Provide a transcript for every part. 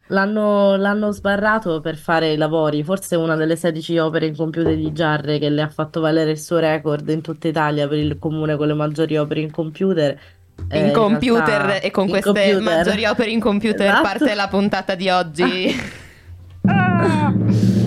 L'hanno sbarrato per fare i lavori, forse una delle 16 opere incompiute di Giarre che le ha fatto valere il suo record in tutta Italia per il comune con le maggiori opere in computer. In In computer, realtà e con in queste computer. maggiori opere in computer Esatto. parte la puntata di oggi. Ah!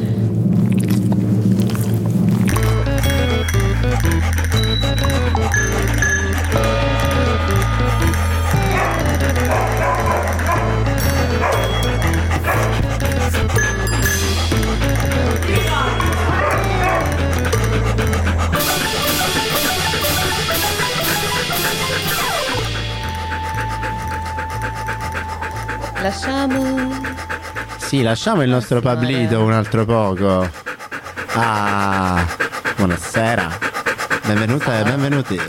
Lasciamo Sì, lasciamo il nostro continuare. Pablito un altro poco. Ah, buonasera. Benvenute e benvenuti.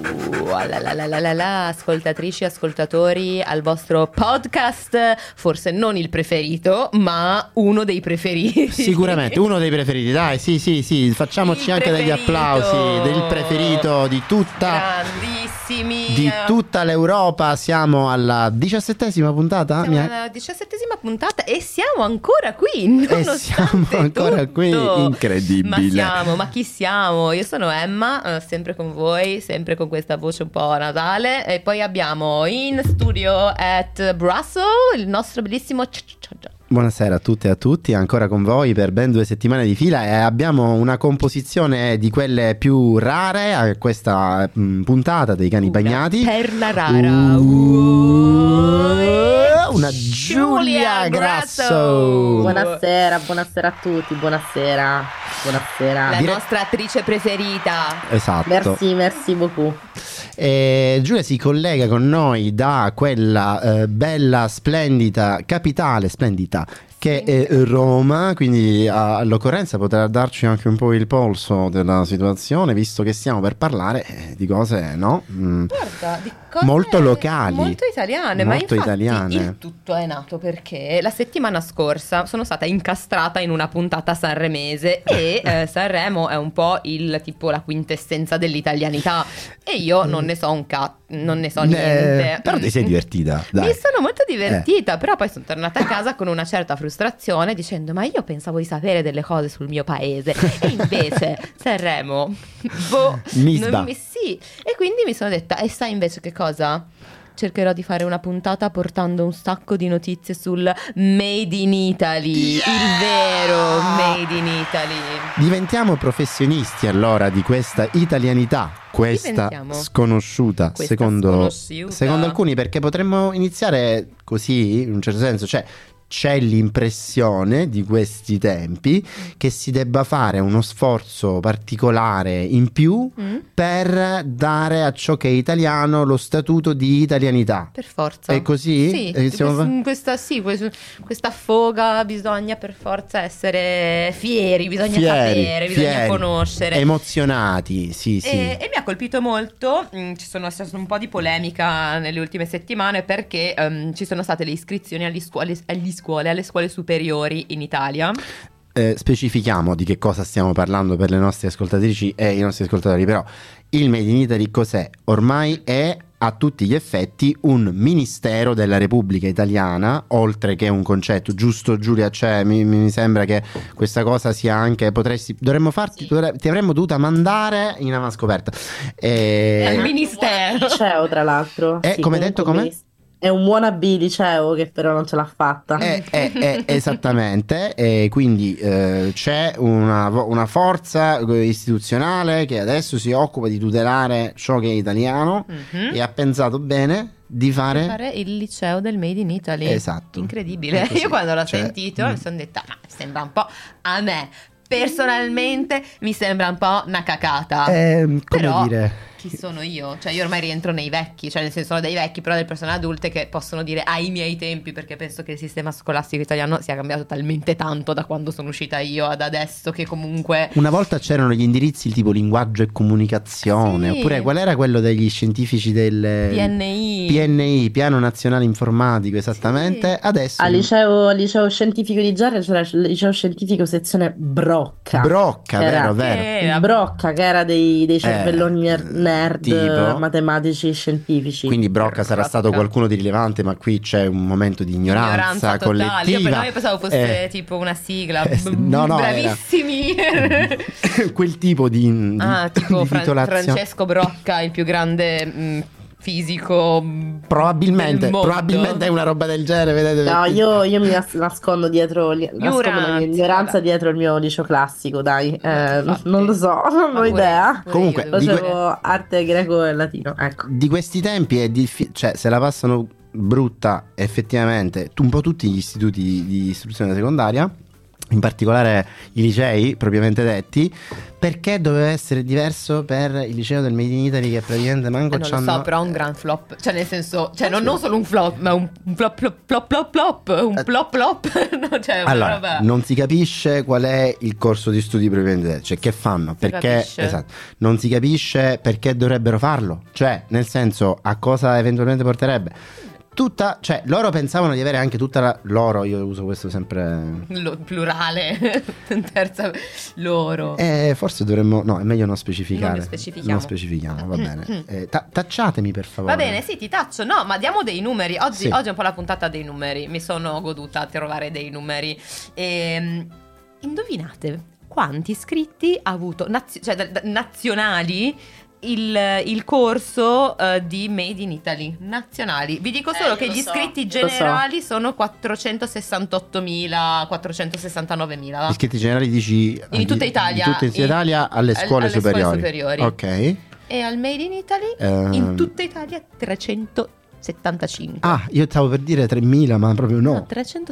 Ascoltatrici, ascoltatori, al vostro podcast, forse non il preferito, ma uno dei preferiti. Sicuramente uno dei preferiti, dai, sì, facciamoci Il anche degli preferito. applausi del preferito di Grandissimi. tutta l'Europa. Siamo alla 17ª puntata. Siamo alla 17ª puntata e siamo ancora qui. Nonostante siamo ancora qui, tutto. incredibile. Ma chi siamo? Io sono Emma, sempre con voi, sempre con questa voce un po' natale. E poi abbiamo in studio at Brussels il nostro bellissimo Buonasera a tutte e a tutti, ancora con voi per ben 2 settimane di fila e abbiamo una composizione di quelle più rare a questa puntata dei cani bagnati. perla rara. Una Giulia Grasso. Buonasera a tutti, buonasera. La nostra attrice preferita. Esatto. Merci beaucoup. Giulia si collega con noi da quella bella, splendida capitale, splendida, che è Roma, quindi all'occorrenza potrà darci anche un po' il polso della situazione, visto che stiamo per parlare di cose, no? Guarda, di cose Molto locali, molto italiane, ma molto infatti italiane. il tutto è nato perché la settimana scorsa sono stata incastrata in una puntata sanremese e Sanremo è un po' la quintessenza dell'italianità e io non ne so non ne so niente. Però ti sei divertita, dai. Mi sono molto divertita, però poi sono tornata a casa con una certa frustrazione dicendo ma io pensavo di sapere delle cose sul mio paese e invece Sanremo, sì. E quindi mi sono detta, e sai invece che cosa? Cercherò di fare una puntata portando un sacco di notizie sul Made in Italy, il vero Made in Italy. Diventiamo professionisti allora di questa italianità, questa Diventiamo. sconosciuta, Questa secondo sconosciuta. alcuni, perché potremmo iniziare così, in un certo senso, cioè c'è l'impressione di questi tempi che si debba fare uno sforzo particolare in più per dare a ciò che è italiano lo statuto di italianità. Per forza. È così? Sì, questa foga bisogna per forza essere fieri, bisogna sapere, bisogna conoscere. Emozionati, sì. E mi ha colpito molto, ci sono state un po' di polemica nelle ultime settimane perché ci sono state le iscrizioni alle scuole superiori in Italia. Specifichiamo di che cosa stiamo parlando per le nostre ascoltatrici e i nostri ascoltatori, però il Made in Italy cos'è? Ormai è a tutti gli effetti un ministero della Repubblica Italiana, oltre che un concetto, giusto Giulia? Cioè, mi sembra che questa cosa sia anche, ti avremmo dovuta mandare in avanscoperta. Al ministero. Liceo, tra l'altro. Sì, come comunque detto, come? È un wannabe liceo che però non ce l'ha fatta. Esattamente, e quindi c'è una forza istituzionale che adesso si occupa di tutelare ciò che è italiano e ha pensato bene di fare il liceo del Made in Italy. Esatto. Incredibile. È così. Io quando l'ho Cioè, sentito mi sono detta, ma sembra un po' a me. Personalmente mi sembra un po' una cacata. come Però dire, chi sono io? Cioè io ormai rientro nei vecchi, cioè nel senso sono dei vecchi, però delle persone adulte che possono dire ai miei tempi, perché penso che il sistema scolastico italiano sia cambiato talmente tanto da quando sono uscita io ad adesso che comunque una volta c'erano gli indirizzi tipo linguaggio e comunicazione, Sì. oppure qual era quello degli scientifici del PNI, Piano Nazionale Informatico, esattamente. Sì. Adesso Al liceo scientifico di Giarre c'era il liceo scientifico sezione Brocca. Brocca, Che era- vero. Il Brocca, che era dei cervelloni nerd tipo, matematici scientifici. quindi Brocca sarà stato qualcuno di rilevante, ma qui c'è un momento di ignoranza collettiva. Io pensavo fosse tipo una sigla. No, Bravissimi. Quel tipo di tipo titolazione. Francesco Brocca, il più grande fisico probabilmente del mondo. è una roba del genere, vedete? No, io mi nascondo dietro la mia ignoranza dietro il mio liceo classico, dai. Non lo so, non ho idea. Comunque facevo arte greco e latino, ecco. Di questi tempi è difficile, cioè se la passano brutta effettivamente un po' tutti gli istituti di istruzione secondaria, in particolare i licei propriamente detti. Perché doveva essere diverso per il liceo del Made in Italy, che praticamente manco non lo so, però un gran flop, cioè nel senso, cioè non solo un flop, ma un flop un plop plop. No, cioè allora, roba. non si capisce qual è il corso di studi propriamente detto, cioè che fanno, perché esatto, non si capisce perché dovrebbero farlo, cioè nel senso a cosa eventualmente porterebbe. Cioè loro pensavano di avere anche tutta la loro, io uso questo sempre plurale, terza loro. Forse dovremmo, no, è meglio non specificare. Non specifichiamo, va bene. Tacciatemi per favore. Va bene, sì, ti taccio. No, ma diamo dei numeri. Oggi è un po' la puntata dei numeri. Mi sono goduta a trovare dei numeri. Indovinate quanti iscritti ha avuto nazionali il corso di Made in Italy nazionali. Vi dico solo che gli iscritti generali sono 468.000, 469.000. Iscritti generali dici in tutta Italia, in tutta Italia alle scuole superiori. Ok. E al Made in Italy in tutta Italia 375. Ah, io stavo per dire 3.000, ma proprio no.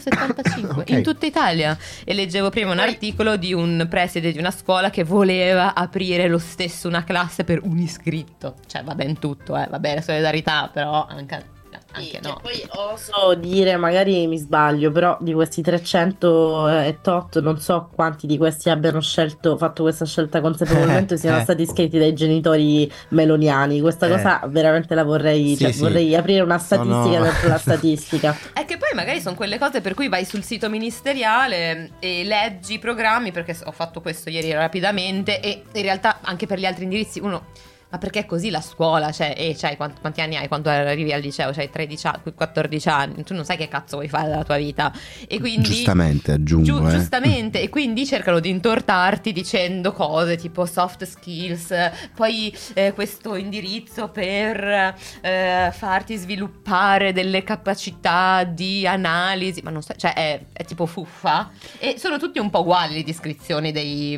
375 okay. In tutta Italia. E leggevo prima un articolo di un preside di una scuola che voleva aprire lo stesso una classe per un iscritto. Cioè va ben tutto, va bene solidarietà, però anche no. Poi oso dire, magari mi sbaglio, però di questi 300 e tot non so quanti di questi abbiano fatto questa scelta consapevolmente siano stati iscritti dai genitori meloniani. Questa cosa veramente la vorrei, vorrei aprire una statistica dentro la statistica. È che poi magari sono quelle cose per cui vai sul sito ministeriale e leggi i programmi, perché ho fatto questo ieri rapidamente, e in realtà anche per gli altri indirizzi uno... Ma perché è così la scuola? Cioè, quanti anni hai quando arrivi al liceo? C'hai 13 anni, 14 anni, tu non sai che cazzo vuoi fare della tua vita. E quindi giustamente aggiungo giustamente, e quindi cercano di intortarti dicendo cose tipo soft skills, poi questo indirizzo per farti sviluppare delle capacità di analisi, ma non so, cioè è tipo fuffa. E sono tutti un po' uguali le descrizioni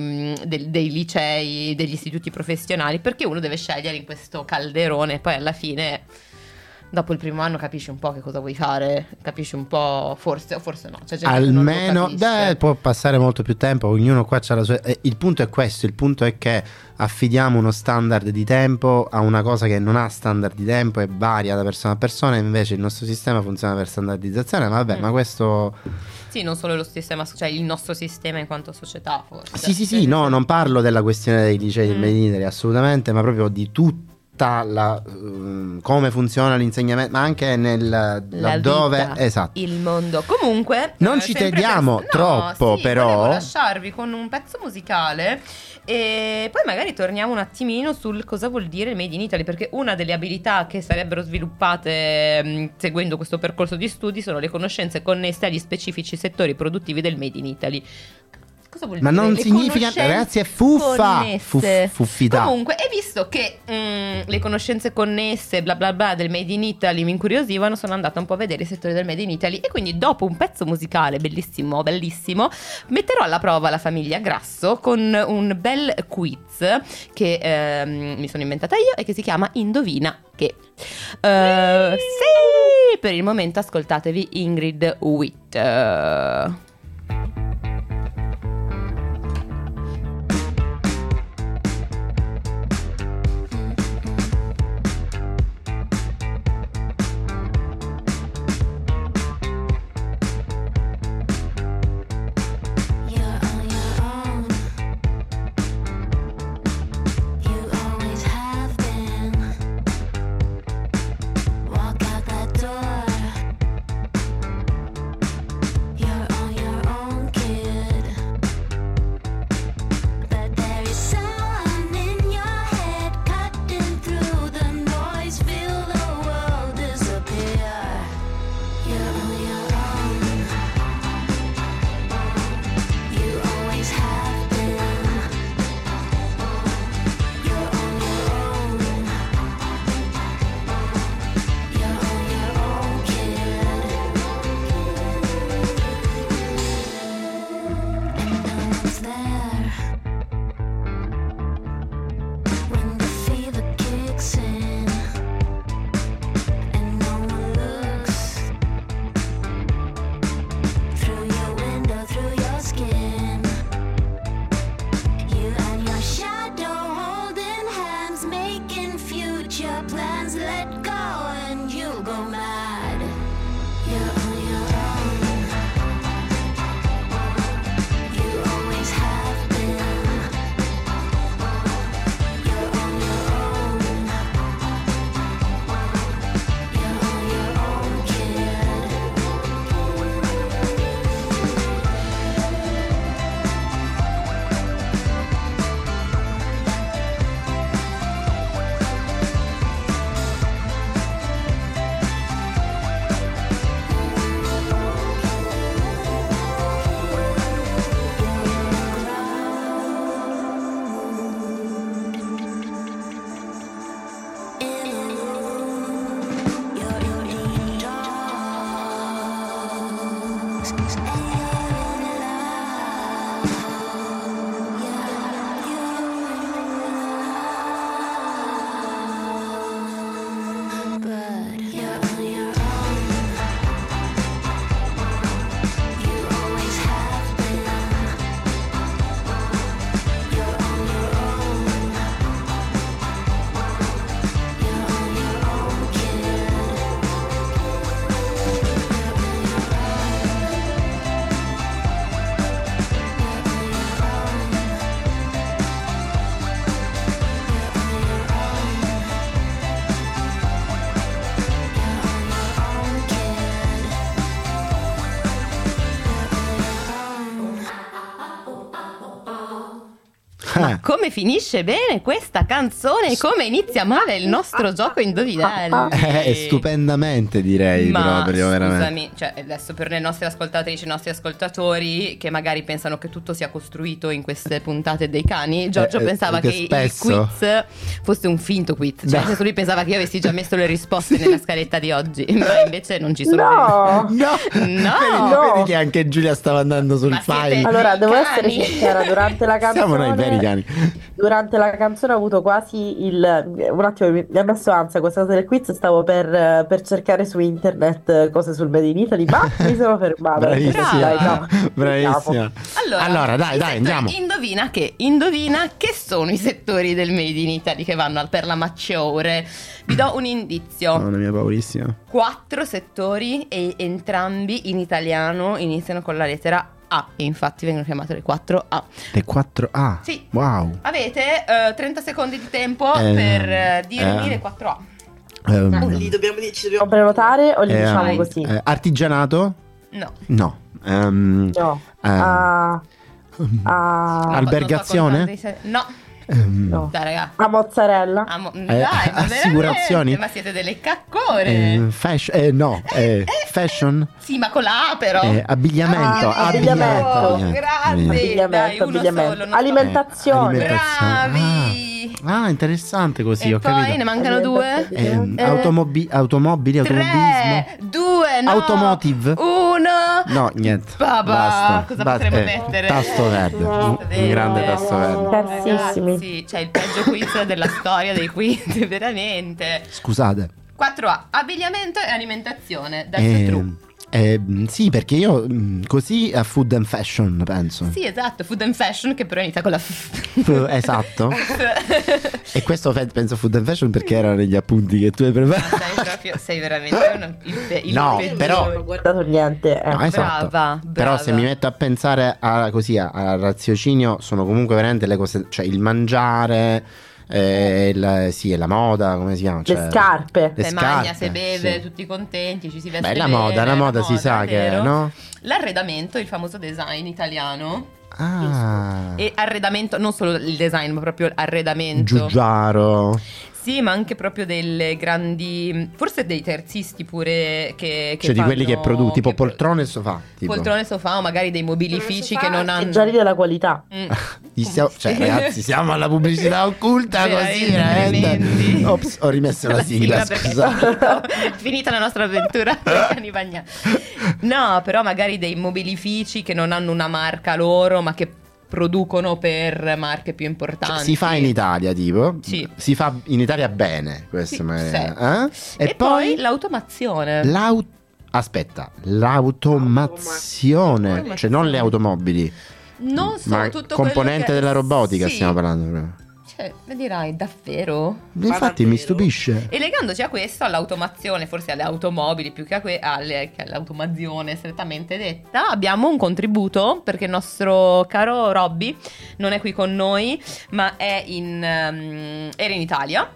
dei licei, degli istituti professionali, perché uno deve scegliere in questo calderone. Poi alla fine, dopo il primo anno, capisci un po' che cosa vuoi fare, capisci un po', forse o forse no, c'è gente almeno che non lo capisce. Può passare molto più tempo, ognuno qua c'ha la sua. Il punto è questo, il punto è che affidiamo uno standard di tempo a una cosa che non ha standard di tempo e varia da persona a persona. Invece il nostro sistema funziona per standardizzazione, ma vabbè, ma questo sì, non solo lo sistema, cioè il nostro sistema in quanto società, forse. Sì, no, non parlo della questione dei licei del Made in Italy, assolutamente, ma proprio di tutta la come funziona l'insegnamento, ma anche laddove vita, esatto, il mondo. Comunque non ci tediamo troppo, però volevo lasciarvi con un pezzo musicale e poi magari torniamo un attimino sul cosa vuol dire il Made in Italy, perché una delle abilità che sarebbero sviluppate seguendo questo percorso di studi sono le conoscenze connesse agli specifici settori produttivi del Made in Italy. Cosa vuol ma dire? non significa, ragazzi, è fuffa, fuffità. Comunque, e visto che le conoscenze connesse bla bla bla del Made in Italy mi incuriosivano, sono andata un po' a vedere i settori del Made in Italy, e quindi dopo un pezzo musicale bellissimo metterò alla prova la famiglia Grasso con un bel quiz che mi sono inventata io e che si chiama Indovina che. Sì, per il momento ascoltatevi Ingrid Witt. Walk out that door. You're on your Ma come finisce bene questa canzone? Come inizia male il nostro gioco indovinelli? Stupendamente, direi. Ma proprio, scusami, veramente. cioè adesso per le nostre ascoltatrici, i nostri ascoltatori che magari pensano che tutto sia costruito in queste puntate dei cani, Giorgio pensava che il quiz fosse un finto quiz, cioè nel senso lui pensava che io avessi già messo le risposte nella scaletta di oggi, ma invece non ci sono. Vedi che anche Giulia stava andando sul file. Allora, devo essere sincera, durante la canzone siamo noi veri cani. Durante la canzone ho avuto quasi un attimo mi ha messo ansia questa cosa del quiz, stavo per cercare su internet cose sul Made in Italy, ma mi sono fermata. Bravissima. Allora dai, andiamo. Indovina che sono i settori del Made in Italy che vanno per la maggiore. Vi do un indizio. La mia paurissima. 4 settori e entrambi in italiano iniziano con la lettera A, e infatti vengono chiamate le 4A. Le 4A? Sì. Wow. Avete 30 secondi di tempo per dirmi le 4A. Ci dobbiamo prenotare o li diciamo così? Artigianato? No. No. Albergazione? No. No. Dai, raga. A mozzarella? Dai, assicurazioni? ma siete delle caccone. Fashion? Sì, ma con la A però. Abbigliamento. Grande. Dai, uno solo, Alimentazione. Bravi. Interessante così, E ho poi capito. ne mancano 2. Automobili, automobilismo. 3, 2, no. Automotive. 1. No, niente. Basta. Cosa potremmo mettere? Tasto verde. Un grande tasto verde. Terzissimi. Sì, c'è il peggio quiz della storia dei quiz, veramente. Scusate. 4A, abbigliamento e alimentazione. That's true. Sì, perché io così a food and fashion penso. Sì, esatto, food and fashion che però inizia con la esatto. E questo penso food and fashion perché era negli appunti che tu hai preparato. Sei veramente il no, peggiore. però Non ho guardato niente. No, esatto. Brava. Però se mi metto a pensare al raziocinio, sono comunque veramente le cose, cioè il mangiare, la moda, come si chiama? Le scarpe. Se mangia, se beve, sì. Tutti contenti, ci si veste bene. La moda si sa che, no? L'arredamento, il famoso design italiano. Ah. E arredamento, non solo il design, ma proprio l'arredamento. Giugiaro. Sì, ma anche proprio delle grandi, forse dei terzisti pure che cioè fanno, di quelli che producono tipo poltrone e sofà tipo. Poltrone e sofà o magari dei mobilifici che non hanno gialli della qualità. Cioè ragazzi, siamo alla pubblicità occulta così veramente. Ops, ho rimesso la sigla, scusate. Finita la nostra avventura con i cani bagnati. No, però magari dei mobilifici che non hanno una marca loro ma che producono per marche più importanti. Cioè, si fa in Italia tipo? Sì. Si fa in Italia bene questo sì, ma sì. E poi l'automazione. Aspetta, l'automazione, cioè non le automobili. Non so, ma tutto componente della robotica sì. Stiamo parlando. Cioè, dirai, davvero? Infatti mi stupisce. E legandoci a questo, all'automazione, forse alle automobili più che all'automazione strettamente detta, abbiamo un contributo perché il nostro caro Robby non è qui con noi, ma era in Italia.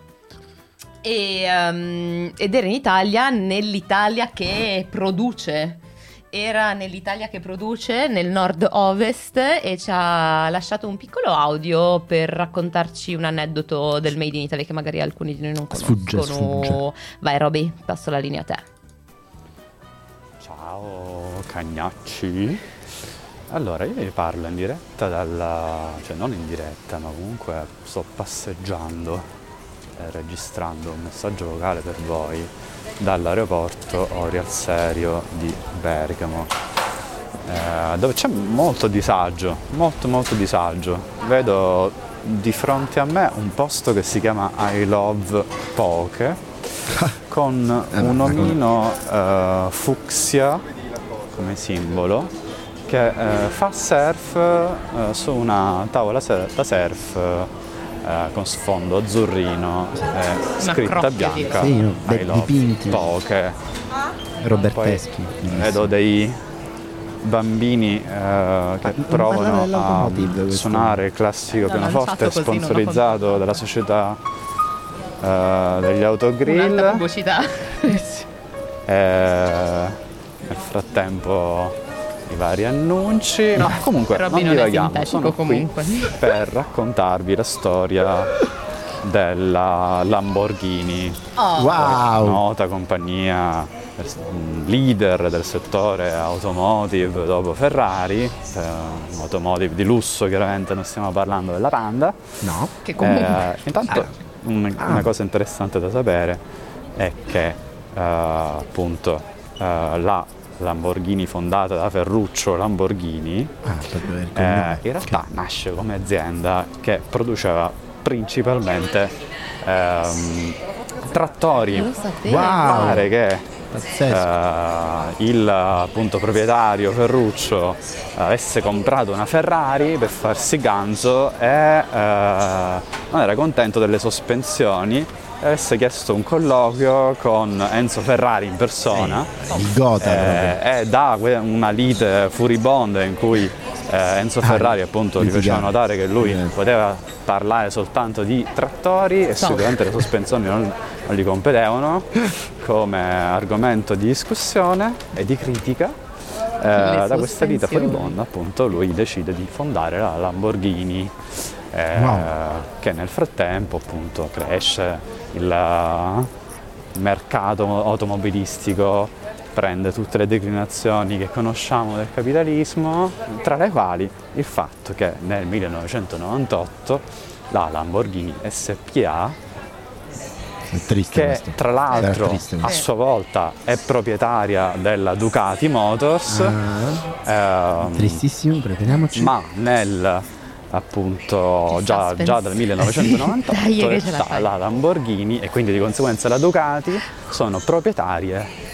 Ed era in Italia, nell'Italia che produce. Era nell'Italia che produce, nel nord-ovest, e ci ha lasciato un piccolo audio per raccontarci un aneddoto del Made in Italy che magari alcuni di noi non conoscono. Sfugge. Vai Roby, passo la linea a te. Ciao cagnacci. Allora, io vi parlo in diretta cioè non in diretta, ma comunque sto passeggiando e registrando un messaggio vocale per voi dall'aeroporto Orio al Serio di Bergamo. dove c'è molto disagio, molto disagio. Vedo di fronte a me un posto che si chiama I Love Poke con un omino fucsia come simbolo che fa surf su una tavola da surf con sfondo azzurrino e scritta bianca I Love dipinti Poke. roberteschi. Poi vedo dei bambini che provano a suonare il classico pianoforte sponsorizzato dalla società degli autogrill. Un'altra pubblicità. Nel frattempo i vari annunci. No, comunque non divaghiamo, sono qui per raccontarvi la storia della Lamborghini, nota compagnia leader del settore automotive dopo Ferrari, automotive di lusso, chiaramente non stiamo parlando della Panda. No, che comunque intanto una cosa interessante da sapere è che appunto la Lamborghini fondata da Ferruccio Lamborghini in realtà nasce come azienda che produceva principalmente trattori. Pare che il appunto proprietario Ferruccio avesse comprato una Ferrari per farsi ganzo e non era contento delle sospensioni e avesse chiesto un colloquio con Enzo Ferrari in persona, il Gotha, e da una lite furibonda in cui Enzo Ferrari appunto gli faceva notare che lui poteva parlare soltanto di trattori e sicuramente le sospensioni non gli competevano come argomento di discussione e di critica. Da questa lite furibonda appunto lui decide di fondare la Lamborghini, che nel frattempo appunto cresce il mercato automobilistico, prende tutte le declinazioni che conosciamo del capitalismo, tra le quali il fatto che nel 1998 la Lamborghini SpA, che tra l'altro a sua volta è proprietaria della Ducati Motors, tristissimo, prepariamoci, ma nel appunto già dal 1998 la Lamborghini e quindi di conseguenza la Ducati sono proprietarie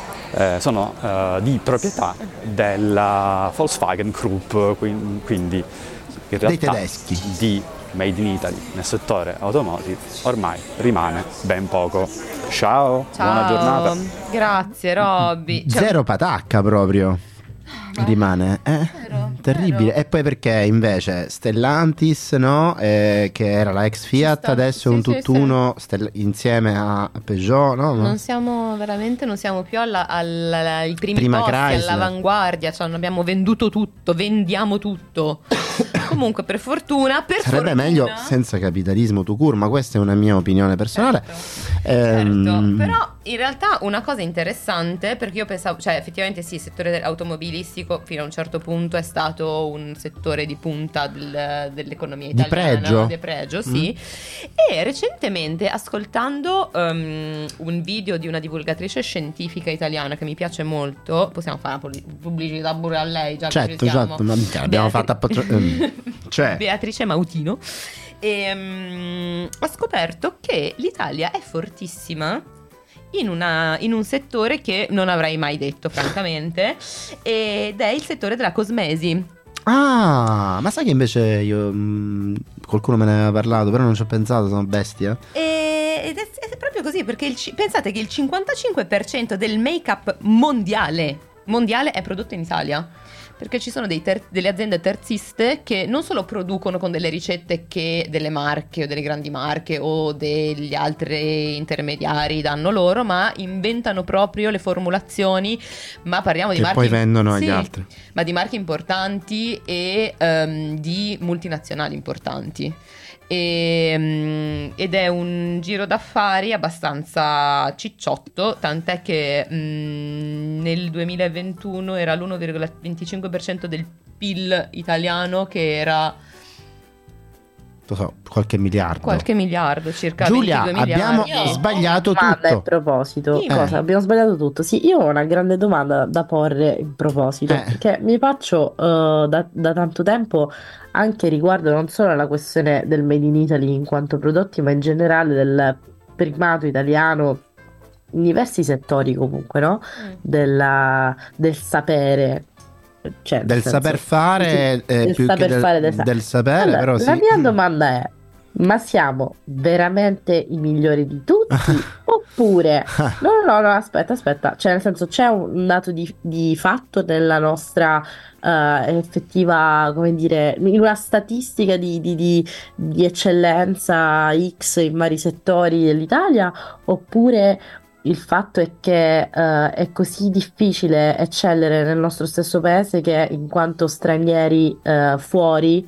di proprietà della Volkswagen Group, quindi in realtà dei tedeschi. Di Made in Italy nel settore automotive ormai rimane ben poco. Ciao, buona giornata. Grazie Robby. Zero patacca proprio. Rimane terribile. E poi perché invece Stellantis, no? Che era la ex Fiat, adesso è un tutt'uno insieme a Peugeot, no? Non siamo più ai primi posti, Chrysler, all'avanguardia, cioè non abbiamo venduto tutto, vendiamo tutto. Comunque per fortuna sarebbe meglio senza capitalismo tout court, ma questa è una mia opinione personale. Certo. Però in realtà una cosa interessante, perché io pensavo, cioè effettivamente sì, il settore automobilistico fino a un certo punto è stato un settore di punta dell'economia italiana, di pregio, sì. E recentemente ascoltando un video di una divulgatrice scientifica italiana che mi piace molto, possiamo fare una pubblicità pure a lei, già che ci siamo. Certo, l'abbiamo fatta cioè Beatrice Mautino, e ho scoperto che l'Italia è fortissima in un settore che non avrei mai detto francamente, ed è il settore della cosmesi. Ma sai che invece io qualcuno me ne aveva parlato, però non ci ho pensato, sono bestia. Ed è proprio così, perché pensate che il 55% del make-up mondiale è prodotto in Italia. Perché ci sono delle aziende terziste che non solo producono con delle ricette che delle marche o delle grandi marche o degli altri intermediari danno loro, ma inventano proprio le formulazioni, ma parliamo di marche che poi vendono agli altri, ma di marche importanti e di multinazionali importanti. Ed è un giro d'affari abbastanza cicciotto, tant'è che nel 2021 era l'1,25% del PIL italiano che era lo so, qualche miliardo. Qualche miliardo, circa Giulia, 22 abbiamo miliardi. sbagliato Domanda in tutto. proposito. Dimmi. Cosa? Abbiamo sbagliato tutto. Sì, io ho una grande domanda da porre in proposito, che mi faccio da tanto tempo anche riguardo non solo alla questione del Made in Italy in quanto prodotti, ma in generale del primato italiano in diversi settori comunque, no? Del sapere. Cioè, nel Del senso, saper fare, sì, del più saper che fare del sapere, Allora, però la sì. mia domanda è: ma siamo veramente i migliori di tutti? Oppure no, aspetta, cioè nel senso c'è un dato di fatto nella nostra effettiva, come dire, in una statistica di eccellenza X in vari settori dell'Italia, oppure il fatto è che è così difficile eccellere nel nostro stesso paese che in quanto stranieri fuori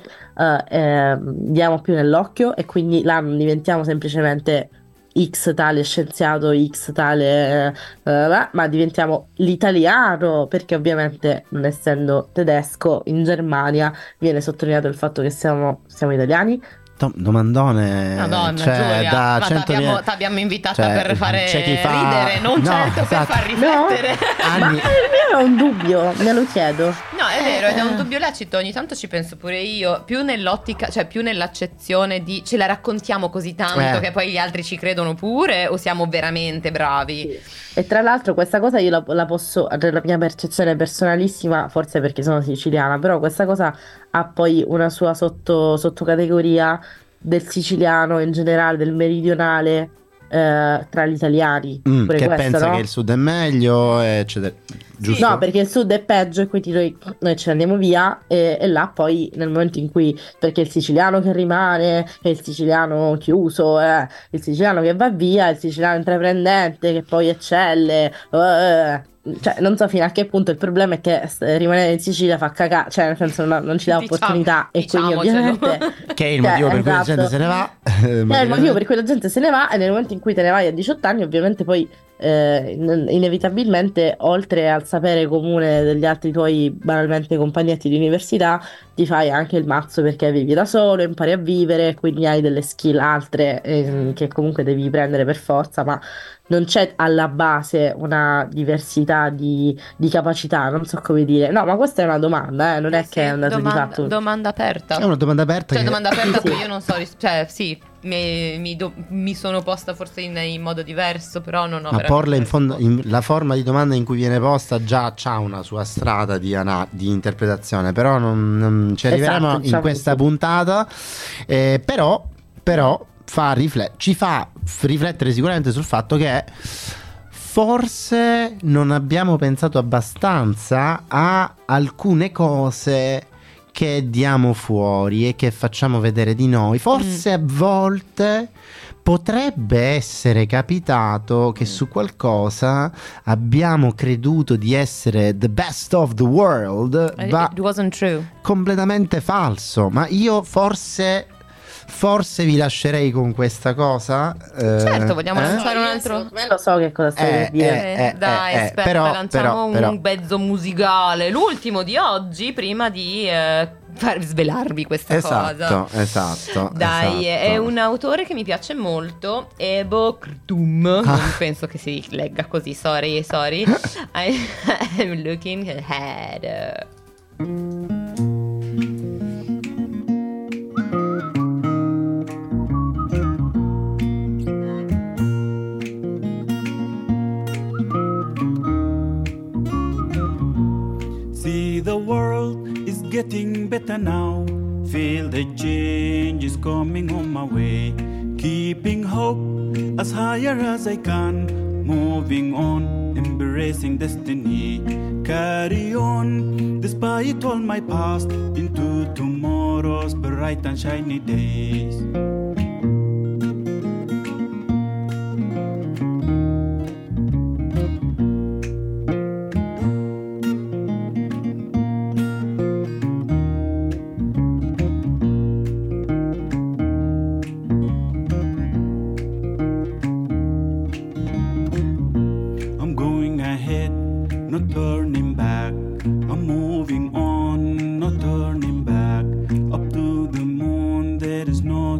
diamo più nell'occhio e quindi là non diventiamo semplicemente X tale scienziato, X tale ma diventiamo l'italiano, perché ovviamente non essendo tedesco in Germania viene sottolineato il fatto che siamo italiani. Domandone, Madonna, cioè, Giulia, da ma 100.000 t'abbiamo invitata cioè, per fare c'è chi fa- ridere, non No, certo esatto. per far riflettere. Ma Anni- il mio è un dubbio, me lo chiedo. No, è vero, ed è un dubbio lecito, ogni tanto ci penso pure io, più nell'ottica, cioè più nell'accezione di ce la raccontiamo così tanto che poi gli altri ci credono pure o siamo veramente bravi? E tra l'altro questa cosa io la posso, nella mia percezione personalissima, forse perché sono siciliana, però questa cosa ha poi una sua sottocategoria del siciliano in generale, del meridionale tra gli italiani. Pure che questo, pensa no? che il sud è meglio, eccetera. Giusto? No, perché il sud è peggio e quindi noi ce ne andiamo via e là poi nel momento in cui, perché il siciliano che rimane è il siciliano chiuso, il siciliano che va via, il siciliano intraprendente che poi eccelle, cioè non so fino a che punto il problema è che rimanere in Sicilia fa cagare, cioè nel senso non ci dà opportunità e quindi ovviamente che è il motivo per cui la gente se ne va. è il motivo per cui la gente se ne va e nel momento in cui te ne vai a 18 anni ovviamente poi inevitabilmente oltre al sapere comune degli altri tuoi banalmente compagnetti di università ti fai anche il mazzo perché vivi da solo, impari a vivere, quindi hai delle skill altre che comunque devi prendere per forza, ma non c'è alla base una diversità di capacità, non so come dire. No, ma questa è una domanda, non è che è un dato di fatto. Domanda aperta. È una domanda aperta. Cioè, che... domanda aperta che io non so, cioè sì, mi sono posta forse in modo diverso, però non ho Ma veramente porla in fondo, risposto. la forma di domanda in cui viene posta già c'ha una sua strada di interpretazione, però non ci arriveremo Esatto, diciamo in questa così. puntata. Però ci fa riflettere sicuramente sul fatto che forse non abbiamo pensato abbastanza a alcune cose che diamo fuori e che facciamo vedere di noi. Forse a volte potrebbe essere capitato che su qualcosa abbiamo creduto di essere the best of the world, ma It wasn't true. completamente falso. Ma io forse vi lascerei con questa cosa. Certo, vogliamo lanciare un Io, altro? secondo me lo so che cosa stai per dire. Dai, aspetta, però- lanciamo però- un pezzo musicale, l'ultimo di oggi, prima di far svelarvi questa cosa. Esatto. Dai, è esatto. un autore che mi piace molto, Ebo Ktum. Non penso che si legga così, sorry. I'm looking ahead. See, the world is getting better now. Feel the change is coming on my way. Keeping hope as higher as I can. Moving on, embracing destiny. Carry on, despite all my past, into tomorrow's bright and shiny days. I'm going ahead, no turning back. I'm moving on, no turning back. Up to the moon, there is no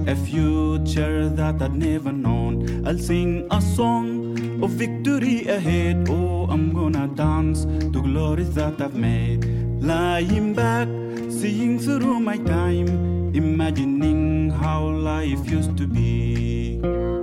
a future that I'd never known. I'll sing a song of victory ahead. Oh, I'm gonna dance to glories that I've made. Lying back, seeing through my time, imagining how life used to be.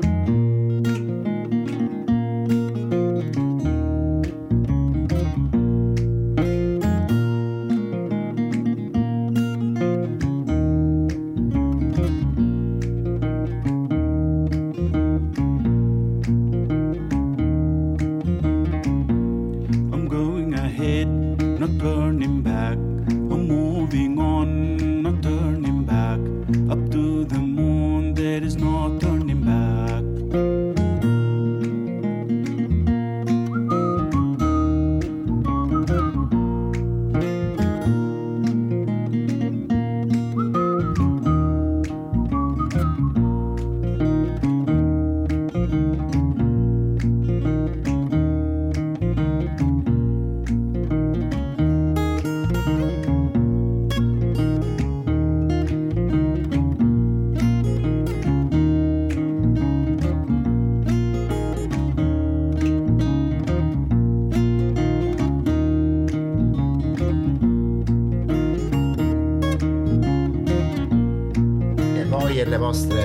Le vostre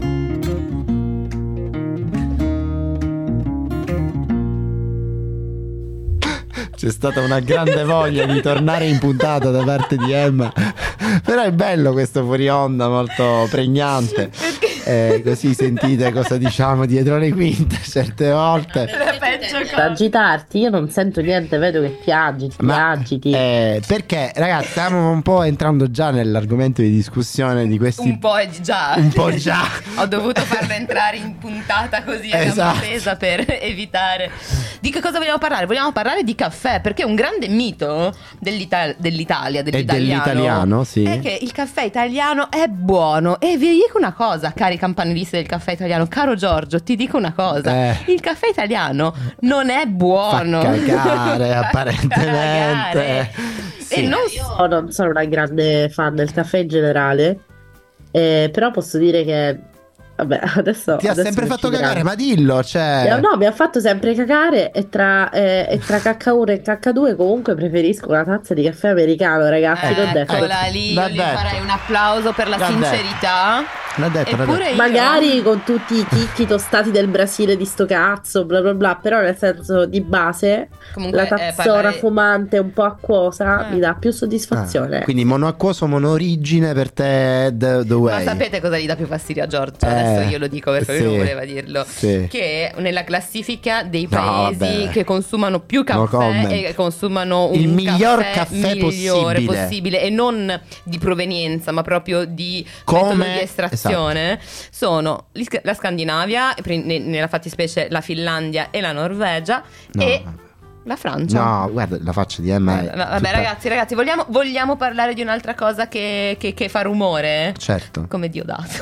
c'è stata una grande voglia di tornare in puntata da parte di Emma, però è bello questo fuori onda, molto pregnante, così sentite cosa diciamo dietro le quinte certe volte. Per agitarti, io non sento niente, vedo che ti agiti. Perché ragazzi stiamo un po' entrando già nell'argomento di discussione di questi un po' già ho dovuto farlo entrare in puntata così a gamba tesa per evitare. Di che cosa vogliamo parlare? Vogliamo parlare di caffè, perché un grande mito dell'Italia, dell'italiano sì, è che il caffè italiano è buono. E vi dico una cosa, cari campanilisti del caffè italiano, caro Giorgio, ti dico una cosa, il caffè italiano non è buono, fa cagare apparentemente. Sì. Io non sono una grande fan del caffè in generale, però posso dire che vabbè, adesso ti ha sempre fatto cagare, ma dillo, cioè. No, mi ha fatto sempre cagare, e tra H1 e H2 comunque preferisco una tazza di caffè americano, ragazzi. L'ho detto. Eccola lì, io gli farei un applauso per la sincerità. L'ha detto. Magari con tutti i chicchi tostati del Brasile di sto cazzo, bla bla bla, però nel senso di base comunque, la tazzona fumante un po' acquosa mi dà più soddisfazione. Quindi monoacquoso, monoorigine per te the way. Ma sapete cosa gli dà più fastidio a Giorgio? Adesso io lo dico perché lui non voleva dirlo, che nella classifica dei paesi che consumano più caffè e che consumano un miglior caffè migliore possibile, e non di provenienza ma proprio di metodo di estrazione, sono la Scandinavia, nella fattispecie la Finlandia e la Norvegia, e la Francia. No, guarda la faccia di Emma. Vabbè, ragazzi, vogliamo parlare di un'altra cosa che fa rumore? Certo. Come Diodato.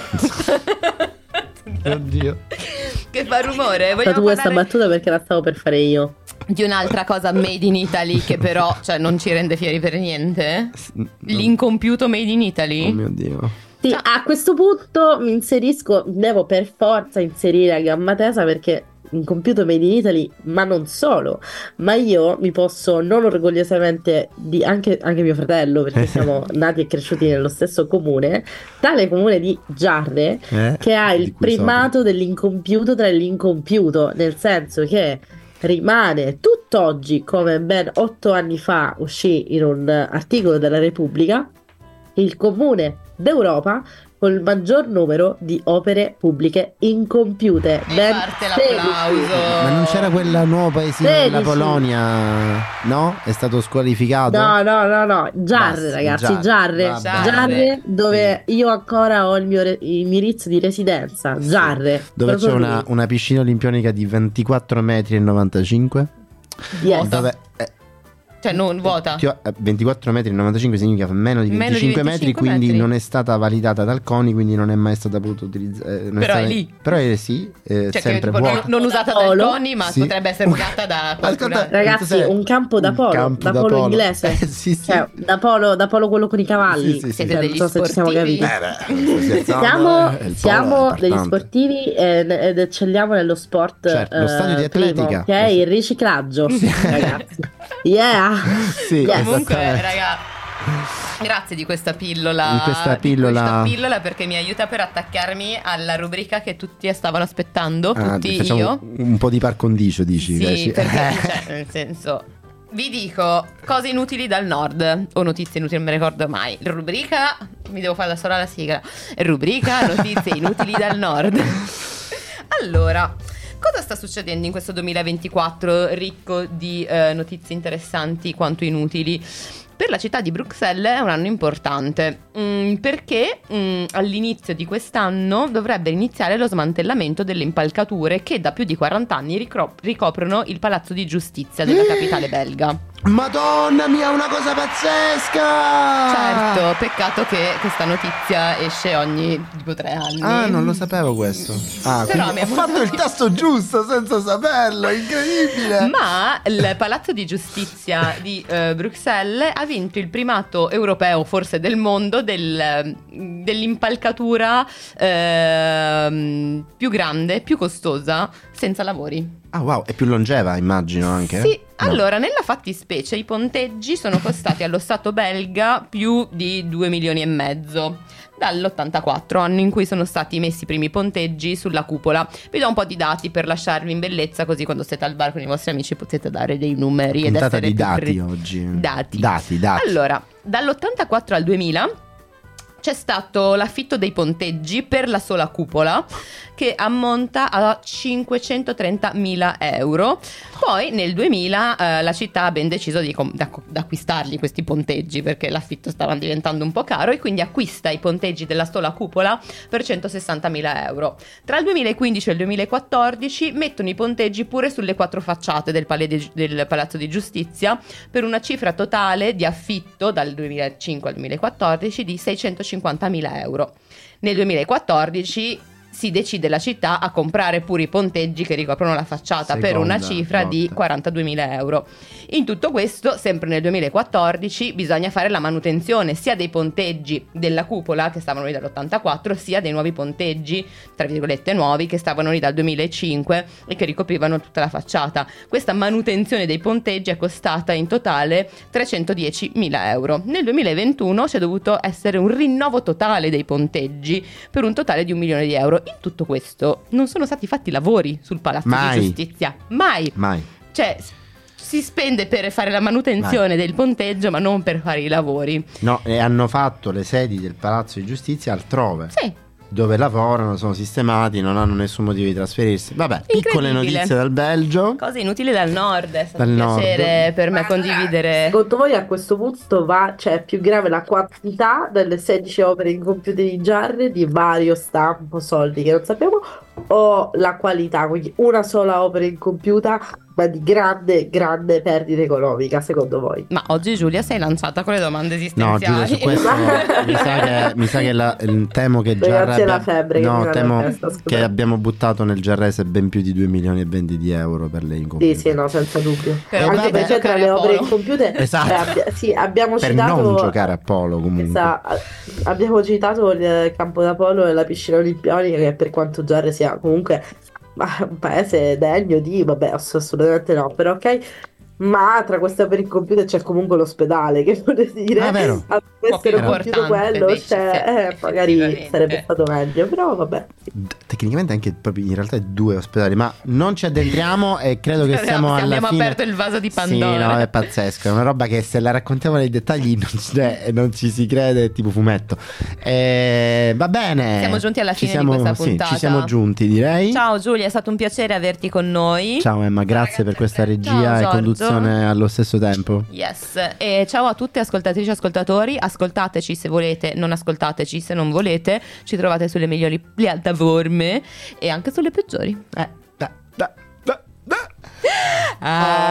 Oddio. Che fa rumore. Vogliamo questa battuta perché la stavo per fare io. Di un'altra cosa made in Italy che però, cioè, non ci rende fieri per niente. L'incompiuto made in Italy. Oh mio Dio. Sì, a questo punto devo per forza inserire a gamba tesa, perché incompiuto made in Italy, ma non solo, ma io mi posso non orgogliosamente anche mio fratello, perché siamo nati e cresciuti nello stesso comune, tale comune di Giarre, che ha il primato dell'incompiuto tra l'incompiuto, nel senso che rimane tutt'oggi, come ben 8 anni fa uscì in un articolo della Repubblica, il comune d'Europa con il maggior numero di opere pubbliche incompiute. Ben parte l'applauso. Ma non c'era quel nuovo paesino della Polonia? No? È stato squalificato? No. Giarre, ragazzi, Giarre, dove io ancora ho il mio indirizzo di residenza. Giarre. Dove c'è una piscina olimpionica di 24,95 metri. Yes. Dove Cioè non vuota. 24 metri e 95 significa meno di 25 metri, quindi non è stata validata dal CONI, quindi non è mai stata potuta utilizzare. Però è lì. Però sì, cioè sempre che, vuota. non usata dal CONI, ma sì. potrebbe essere usata da qualcuno. Ragazzi, un campo da polo, da polo inglese. Sì. Cioè, da polo quello con i cavalli. Sì. Siete degli sportivi. Siamo degli sportivi ed eccelliamo nello sport. Certo, lo stadio di atletica. Che è il riciclaggio, ragazzi. Yeah. Sì, comunque, raga, grazie di questa pillola. Di questa pillola perché mi aiuta per attaccarmi alla rubrica che tutti stavano aspettando. Tutti facciamo io. Un po' di par condicio, dici? Sì, perché cioè, nel senso. Vi dico cose inutili dal nord o notizie inutili, non mi ricordo mai. Rubrica, mi devo fare da sola la sigla. Rubrica notizie inutili dal nord. Allora, cosa sta succedendo in questo 2024 ricco di notizie interessanti quanto inutili? Per la città di Bruxelles è un anno importante perché all'inizio di quest'anno dovrebbe iniziare lo smantellamento delle impalcature che da più di 40 anni ricoprono il palazzo di giustizia della capitale belga. Madonna mia, una cosa pazzesca! Certo, peccato che questa notizia esce ogni tipo 3 anni. Ah, non lo sapevo questo. Però ho fatto il tasto giusto senza saperlo, incredibile! Ma il palazzo di giustizia di Bruxelles ha vinto il primato europeo, forse del mondo, dell'impalcatura più grande, più costosa, senza lavori. Ah wow, è più longeva, immagino anche. Sì, allora nella fattispecie i ponteggi sono costati allo Stato belga più di 2 milioni e mezzo dall'84, anno in cui sono stati messi i primi ponteggi sulla cupola. Vi do un po' di dati per lasciarvi in bellezza, così quando siete al bar con i vostri amici potete dare dei numeri ed essere di dati oggi. Dati. Allora, dall'84 al 2000 c'è stato l'affitto dei ponteggi per la sola cupola che ammonta a 530.000 euro. Poi nel 2000 la città ha ben deciso di acquistarli questi ponteggi perché l'affitto stava diventando un po' caro e quindi acquista i ponteggi della sola cupola per 160.000 euro. Tra il 2015 e il 2014 mettono i ponteggi pure sulle 4 facciate del Palazzo di Giustizia per una cifra totale di affitto dal 2005 al 2014 di 650.000 euro. Nel 2014 si decide la città a comprare pure i ponteggi che ricoprono la facciata per una cifra di 42.000 euro. In tutto questo, sempre nel 2014, bisogna fare la manutenzione sia dei ponteggi della cupola che stavano lì dall'84, sia dei nuovi ponteggi, tra virgolette nuovi, che stavano lì dal 2005 e che ricoprivano tutta la facciata. Questa manutenzione dei ponteggi è costata in totale 310.000 euro. Nel 2021 c'è dovuto essere un rinnovo totale dei ponteggi per un totale di 1 milione di euro. In tutto questo non sono stati fatti lavori sul Palazzo di Giustizia. Mai. Cioè, si spende per fare la manutenzione del ponteggio, ma non per fare i lavori. No, e hanno fatto le sedi del Palazzo di Giustizia altrove. Sì. Dove lavorano, sono sistemati, non hanno nessun motivo di trasferirsi. Vabbè, piccole notizie dal Belgio. Cose inutili dal nord. È stato un piacere per me condividere. Secondo voi a questo punto è più grave la quantità delle 16 opere incompiute di Jarre di vario stampo, soldi che non sappiamo, o la qualità? Quindi una sola opera incompiuta ma di grande perdita economica, secondo voi? Ma oggi Giulia sei lanciata con le domande esistenziali. No, Giulia, su questo mi sa che temo che che abbiamo buttato nel Jarrese ben più di 2 milioni e 20 di euro per le incompiute. Sì, no, senza dubbio. Però anche perché tra le opere incompiute abbiamo per citato non giocare a polo comunque. Abbiamo citato il campo da polo e la piscina olimpionica, che per quanto Jarre sia comunque un paese degno di, assolutamente no, però ok. Ma tra queste opere incompiute c'è comunque l'ospedale, che vuol dire essere compiuto quello, magari sarebbe stato meglio, però vabbè. Tecnicamente anche proprio in realtà 2 ospedali, ma non ci addentriamo e credo che siamo alla fine. Abbiamo aperto il vaso di Pandora. Sì, no, è pazzesco, è una roba che se la raccontiamo nei dettagli non ci si crede, tipo fumetto. Va bene. Siamo giunti alla fine di questa puntata. Ci siamo giunti, direi. Ciao Giulia, è stato un piacere averti con noi. Ciao Emma, grazie per questa regia e conduzione allo stesso tempo. Yes. E ciao a tutte ascoltatrici e ascoltatori. Ascoltateci se volete, non ascoltateci se non volete. Ci trovate sulle migliori piattaforme e anche sulle peggiori.